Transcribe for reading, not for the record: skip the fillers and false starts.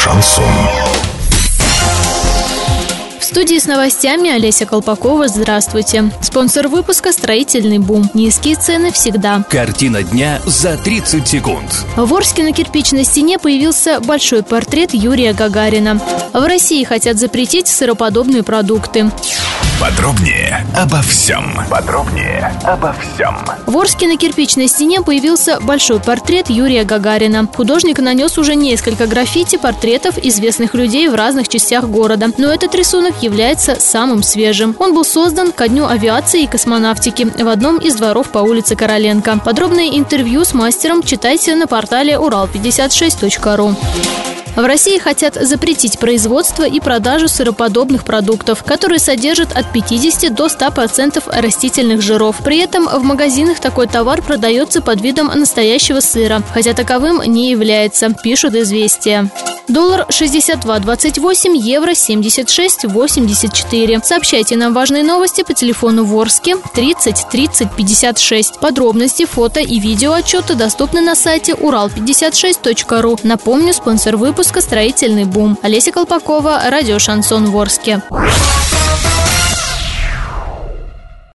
Шансон. В студии с новостями Олеся Колпакова. Здравствуйте. Спонсор выпуска «Строительный бум». Низкие цены всегда. Картина дня за 30 секунд. В Орске на кирпичной стене появился большой портрет Юрия Гагарина. В России хотят запретить сыроподобные продукты. Подробнее обо всем. В Орске на кирпичной стене появился большой портрет Юрия Гагарина. Художник нанес уже несколько граффити портретов известных людей в разных частях города. Но этот рисунок является самым свежим. Он был создан ко Дню авиации и космонавтики в одном из дворов по улице Короленко. Подробное интервью с мастером читайте на портале ural56.ru. В России хотят запретить производство и продажу сыроподобных продуктов, которые содержат от 50 до 100% растительных жиров. При этом в магазинах такой товар продается под видом настоящего сыра, хотя таковым не является, пишут «Известия». Доллар 62.28, евро 76.84. Сообщайте нам важные новости по телефону в Орске 30 30 56. Подробности, фото и видео отчеты доступны на сайте ural56.ru. Напомню, спонсор выпуска «Строительный бум». Олеся Колпакова, радио «Шансон» в Орске.